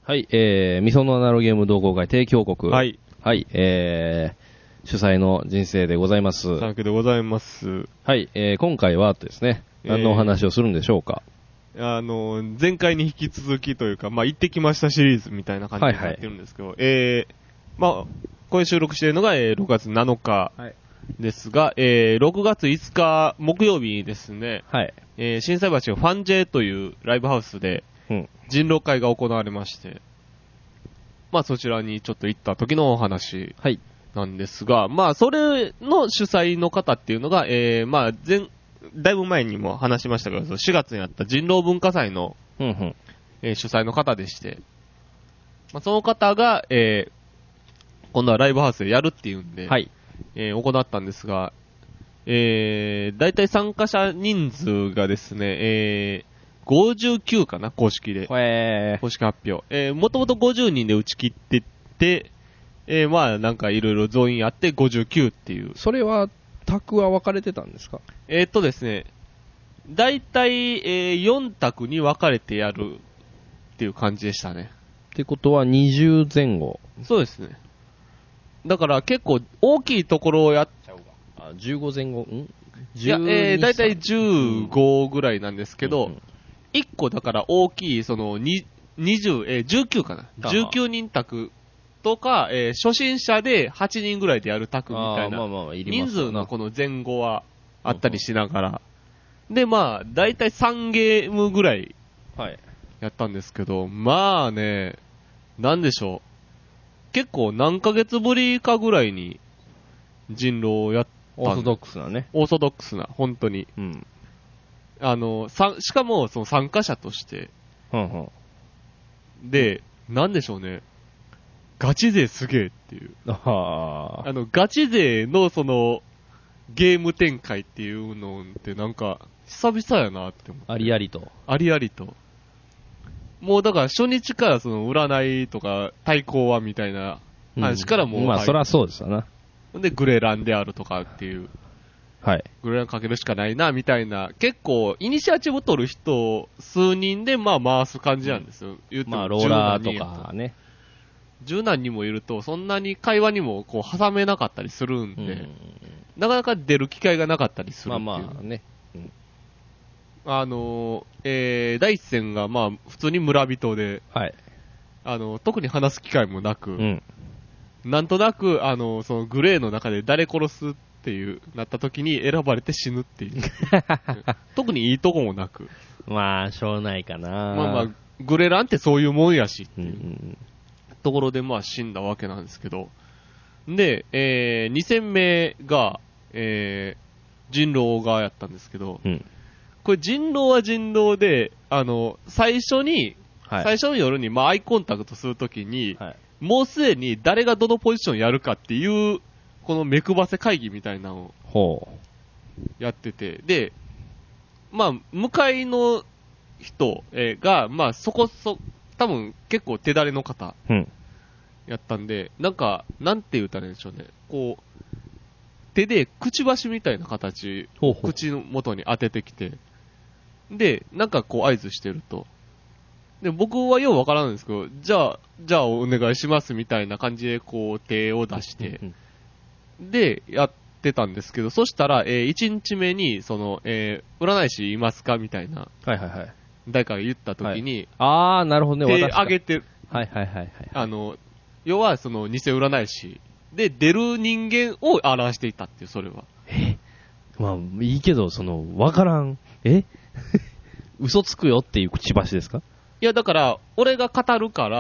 はい、みそのアナロゲーム同好会提供国。 はい。 はい、主催の人生でございます。 サンキューでございます。 はい、今回はですね、何のお話をするんでしょうか。 前回に引き続きというか、まあ、行ってきましたシリーズみたいな感じになってるんですけど、まあ、これ収録しているのが、6月7日ですが、6月5日木曜日にですね、 はい。 心斎橋のファンジェというライブハウスで、人狼会が行われまして、まあそちらにちょっと行った時のお話なんですが、まあそれの主催の方っていうのが、まあだいぶ前にも話しましたけど、4月にあった人狼文化祭の、主催の方でして、まあその方が、今度はライブハウスでやるっていうんで、行ったんですが、だいたい参加者人数がですね、59かな、公式で。公式発表。もともと50人で打ち切ってて、まあなんかいろいろ増員あって59っていう。 それは、卓は分かれてたんですか？ ですね、だいたい、4択に分かれてやるっていう感じでしたね。 ってことは20前後。 そうですね。だから結構大きいところをやっちゃうわ。15前後いや、だいたい15ぐらいなんですけど、1個だから大きい、その、19かな。19人宅とか、初心者で8人ぐらいでやる宅みたいな、人数のこの前後はあったりしながら、で、まあ、だいたい3ゲームぐらい、やったんですけど、まあね、なんでしょう。結構何ヶ月ぶりかぐらいに人狼をやったオーソドックスなね。 オーソドックスな、本当に。しかも、その参加者として。で、なんでしょうね。ガチ勢すげえっていう。ガチ勢のその、ゲーム展開っていうのってなんか、久々やなって思って。 ありありと。 ありありと。もうだから初日からその占いとか対抗はみたいな話からもう、 まあそりゃそうですよな。 で、グレランであるとかっていう。グレランかけるしかないな、みたいな。結構、イニシアチブ取る人、数人で、まあ回す感じなんですよ。言ってもまあ、ローラーとかね。 10何人もいると、そんなに会話にもこう挟めなかったりするんで、なかなか出る機会がなかったりするっていう。 まあね。 第一戦がまあ普通に村人で、特に話す機会もなく、なんとなく、そのグレーの中で誰殺すっていうなった時に選ばれて死ぬっていう。特にいいとこもなく。 まあ、しょうないかな。 まあまあ、グレランってそういうもんやしっていうところでまあ死んだわけなんですけど。で、2戦目が、人狼側やったんですけど、これ人狼は人狼で、最初の夜にまあアイコンタクトするときに、もうすでに誰がどのポジションやるかっていう、この目配せ会議みたいなのをやってて、で、まあ、向かいの人が、まあ、多分結構手だれの方やったんで、なんか、なんて言ったらいいんでしょうね。こう、手でくちばしみたいな形、口の元に当ててきて、で、なんかこう合図してると。で、僕はようわからないんですけど、じゃあお願いしますみたいな感じでこう手を出して、で、やってたんですけど、そしたら、1日目に、その、占い師いますかみたいな。誰かが言った時に、 なるほどね、 手上げてる。要はその偽占い師で出る人間を表していたっていう、それは。 まあ、いいけど、わからん。嘘つくよっていう口ばしですか？ いや、だから、俺が語るから、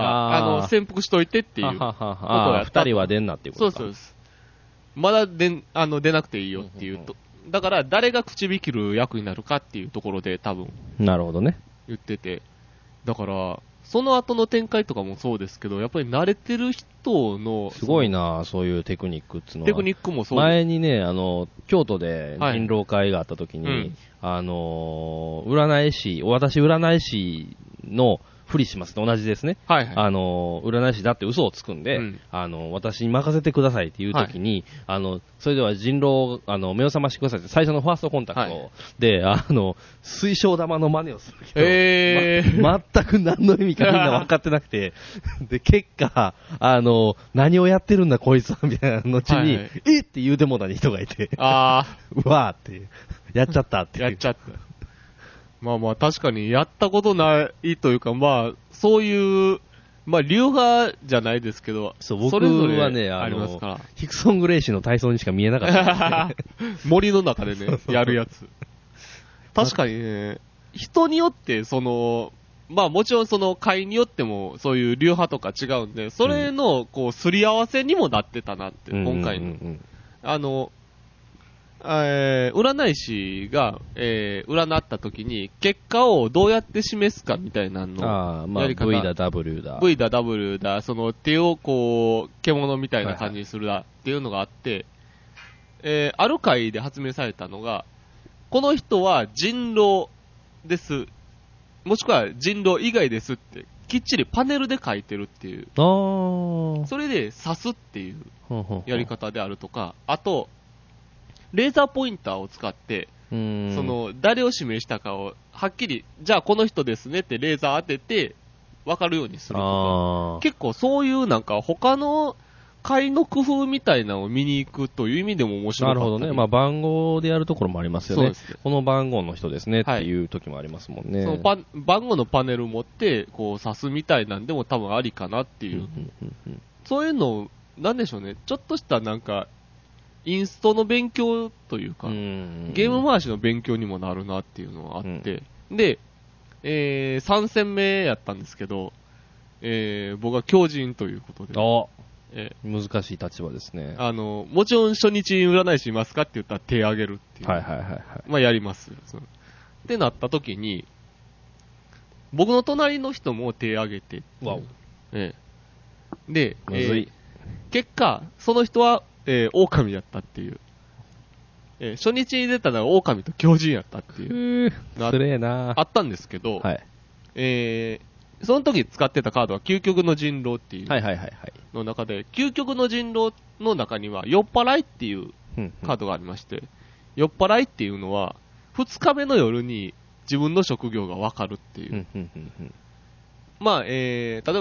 潜伏しといてっていうことをやった。 二人は出んなっていうことか。 そうです。まだ出なくていいよっていうと。だから、誰が口引きる役になるかっていうところで多分。 なるほどね。 言ってて。だから、その後の展開とかもそうですけど、やっぱり慣れてる人の。 すごいな、そういうテクニックっていうのは。 テクニックもそうです。 前にね、京都で人狼会があった時に、私占い師のふりしますと同じですね。 はいはい。 占い師だって嘘をつくんで、私に任せてくださいっていう時に、それでは人狼、目を覚ましてくださいって最初のファーストコンタクトで、水晶玉の真似をするけど、全く何の意味かみんな分かってなくて、で、結果、何をやってるんだこいつは、みたいな後に、えって言うてもた人がいて、うわーって、やっちゃったっていう。 やっちゃった。まあまあ確かにやったことないというか、まあ、そういう、まあ流派じゃないですけど、 そう、僕それぞれはね、 ありますから。 ヒクソン・グレイシーの体操にしか見えなかった、ね。 森の中でね、やるやつ。確かにね、人によって、まあもちろんその会によってもそういう流派とか違うんで、それのこうすり合わせにもなってたなって、今回の。占い師が、占った時に結果をどうやって示すかみたいなのやり方。V だ W だ。 V だ W だ、その手をこう、獣みたいな感じにするだっていうのがあって、ある回で発明されたのが、この人は人狼です。もしくは人狼以外ですって、きっちりパネルで書いてるっていう。それで刺すっていうやり方であるとか、あと、レーザーポインターを使って、誰を指名したかを、はっきり、じゃあこの人ですねってレーザー当てて、わかるようにするとか、結構そういうなんか他の会の工夫みたいなのを見に行くという意味でも面白かった。 なるほどね。まあ番号でやるところもありますよね。この番号の人ですねっていう時もありますもんね。 その番号のパネル持って、こう指すみたいなんでも多分ありかなっていう。そういうの、なんでしょうね。ちょっとしたなんか、インストの勉強というか、ゲーム回しの勉強にもなるなっていうのがあって、で、3戦目やったんですけど、僕は強靭ということで。 難しい立場ですね。 もちろん初日に占い師いますかって言ったら手挙げるっていう。まあやります。ってなった時に、僕の隣の人も手挙げて。で、結果、その人は、狼やったっていう。初日に出たのは狼と狂人やったっていう。 失礼な。 あったんですけど、その時使ってたカードは究極の人狼っていうの中で、究極の人狼の中には酔っ払いっていうカードがありまして、酔っ払いっていうのは、2日目の夜に自分の職業がわかるっていう。まあ、例えば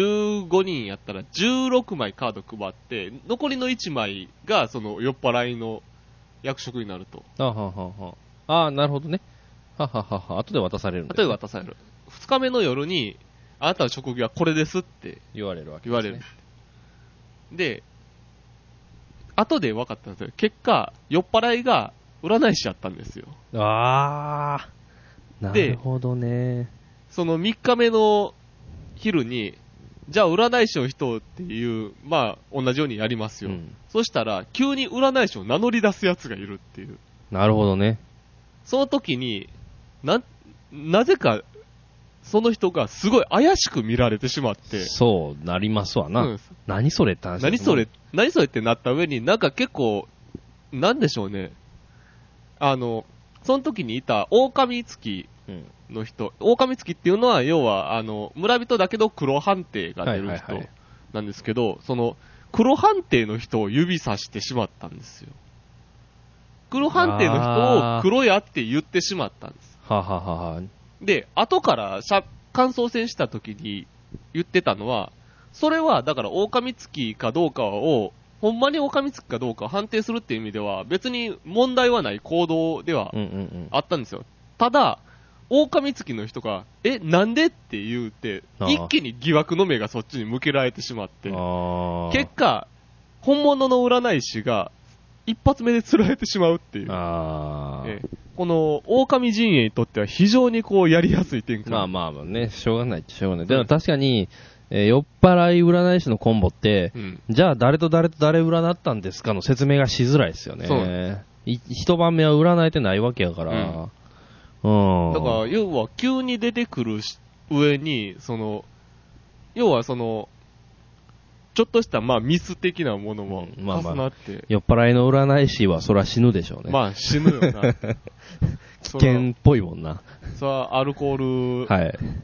15人やったら16枚カード配って、残りの1枚がその酔っ払いの役職になると。 なるほどね。後で渡されるんですね。 後で渡される。2日目の夜に、あなたの職業はこれですって言われるわけですね。言われる。 で、後で分かったんですよ。結果、酔っ払いが占い師やったんですよ。 なるほどね。 その3日目の昼に、じゃあ占い師の人っていう、まあ同じようにやりますよ。そしたら、急に占い師を名乗り出すやつがいるっていう。 なるほどね。 その時に、なぜか、その人がすごい怪しく見られてしまって。 そうなりますわな。何それって話ですね。何それってなった上に、なんか結構、なんでしょうね。その時にいた狼付きの人、狼付きっていうのは、要は、村人だけど黒判定が出る人なんですけど、その、黒判定の人を指さしてしまったんですよ。黒判定の人を黒やって言ってしまったんです。で、後から感想戦した時に言ってたのは、それは、だから、狼付きかどうかを、ほんまに狼付きかどうかを判定するっていう意味では、別に問題はない行動ではあったんですよ。ただ、狼付きの人が、なんでって言うて、一気に疑惑の目がそっちに向けられてしまって、結果、本物の占い師が、一発目で釣られてしまうっていう。この、狼陣営にとっては非常にこう、やりやすい展開。 まあね、しょうがないっちゃしょうがない。でも確かに、酔っ払い占い師のコンボって、じゃあ誰と誰と誰占ったんですかの説明がしづらいですよね。一晩目は占えてないわけやから。だから、要は急に出てくる上に、要はちょっとした、ミス的なものも重なって。 酔っ払いの占い師はそら死ぬでしょうね。 死ぬよな。 危険っぽいもんな。 アルコール、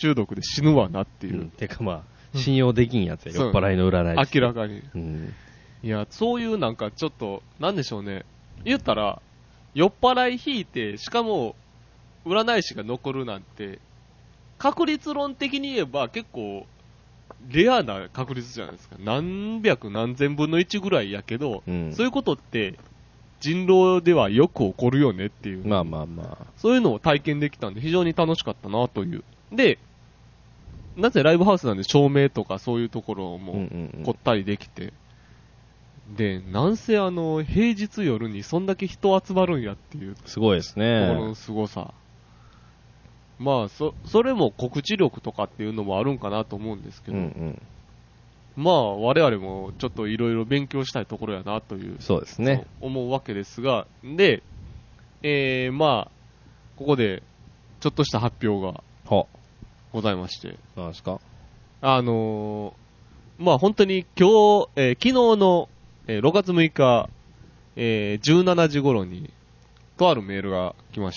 中毒で死ぬわなっていう。 てかまあ、信用できんやつや、酔っ払いの占い。 明らかに。いや、そういうなんかちょっと、なんでしょうね。言ったら、酔っ払い引いて、しかも、占い師が残るなんて、確率論的に言えば結構、レアな確率じゃないですか。何百何千分の1ぐらいやけど、そういうことって、人狼ではよく起こるよねっていう。 まあまあまあ。 そういうのを体験できたんで、非常に楽しかったなという。で、なぜライブハウスなんで照明とかそういうところも凝ったりできて、で、なんせ平日夜にそんだけ人集まるんやっていう。 すごいですね。 ところの凄さ。まあ、それも告知力とかっていうのもあるんかなと思うんですけど、まあ、我々もちょっといろいろ勉強したいところやなという。 そうですね。 思うわけですが、で、まあ、ここで、ちょっとした発表が、ございまして。 何ですか？ まあ本当に今日、昨日の、6月6日、17時頃に、とあるメールが来まして、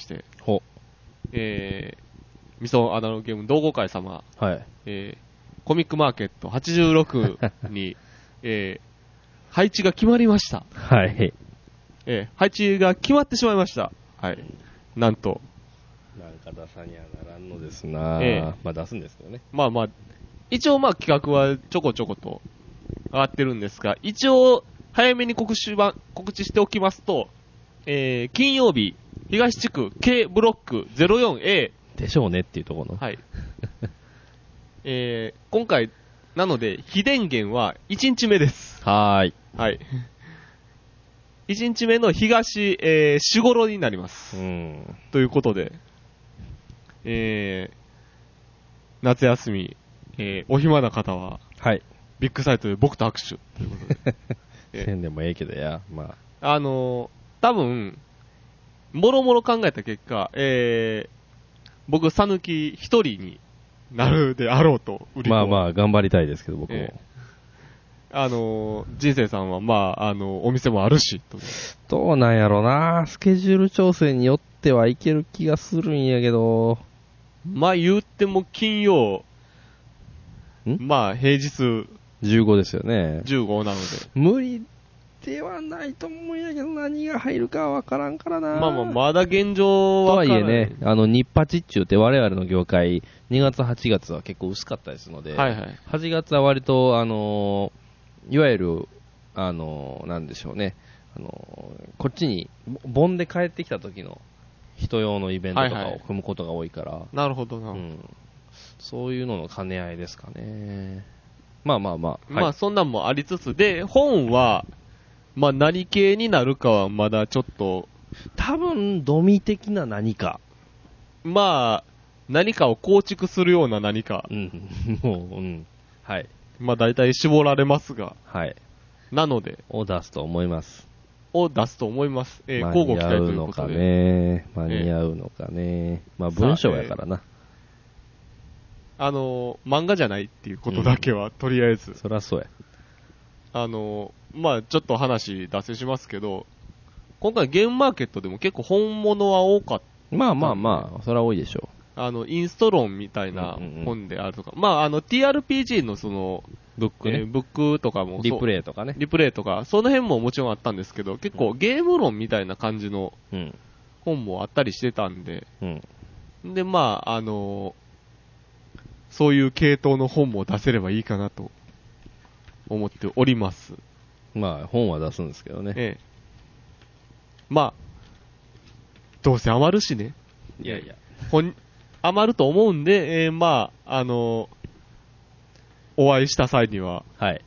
みそアナログゲーム同好会様、コミックマーケット86に、配置が決まりました。 はい。 配置が決まってしまいました。はい。なんと。 なんか出さにはならんのですな、まあ出すんですけどね。 まあまあ、一応まあ企画はちょこちょこと上がってるんですが、一応早めに告知しておきますと、金曜日、東地区 K ブロック 04A でしょうねっていうところの。 はい。今回、なので、非電源は1日目です。 はい。 1日目の東、4頃になります。ということで、夏休み、お暇な方は、ビッグサイトで僕と握手ということで。 せんでもええけどや、まあ。多分、もろもろ考えた結果、僕、さぬき一人になるであろうと、 まあまあ、頑張りたいですけど、僕も。 人生さんは、まあ、お店もあるし、 どうなんやろな、スケジュール調整によってはいける気がするんやけど。 まあ、言っても金曜、まあ、平日。 15ですよね。 15なので。 無理ではないと思うんやけど、何が入るかわからんからな。 まあまあ、まだ現状は。 とはいえね、日八っちゅうて我々の業界、2月8月は結構薄かったですので、8月は割と、いわゆる、なんでしょうね、こっちに、盆で帰ってきた時の人用のイベントとかを組むことが多いから。 なるほどな。 そういうのの兼ね合いですかね。まあまあまあ。 まあそんなんもありつつ、で、本は、まあ何系になるかはまだちょっと。 多分、ドミ的な何か。 まあ、何かを構築するような何か。 はい。 まあ大体絞られますが。 はい。 なので。 を出すと思います。 交互期待ということで。間に合うのかね。まあ文章やからな。 漫画じゃないっていうことだけは、とりあえず。 そりゃそうや。 まあちょっと話脱線しますけど、今回ゲームマーケットでも結構本物は多かった。 まあまあまあ、それは多いでしょう。インスト論みたいな本であるとか、まあTRPG のその、 ブックね。 ブックとかもリプレイとかね。 リプレイとか、その辺ももちろんあったんですけど、結構ゲーム論みたいな感じの本もあったりしてたんで、で、まあ、そういう系統の本も出せればいいかなと思っております。 まあ、本は出すんですけどね。 まあ、どうせ余るしね。 いやいや。 余ると思うんで、まあ、お会いした際には、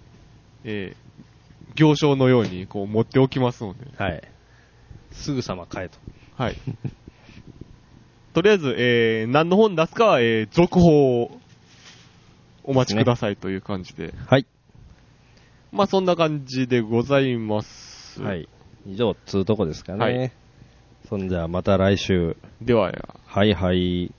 行商のようにこう持っておきますので。 はい。すぐさま買えと。 はい。とりあえず、何の本出すかは、続報をお待ちくださいという感じで。 はい。 まあそんな感じでございます。 はい。以上、つうとこですかね。そんじゃまた来週。 ではや。 はいはい。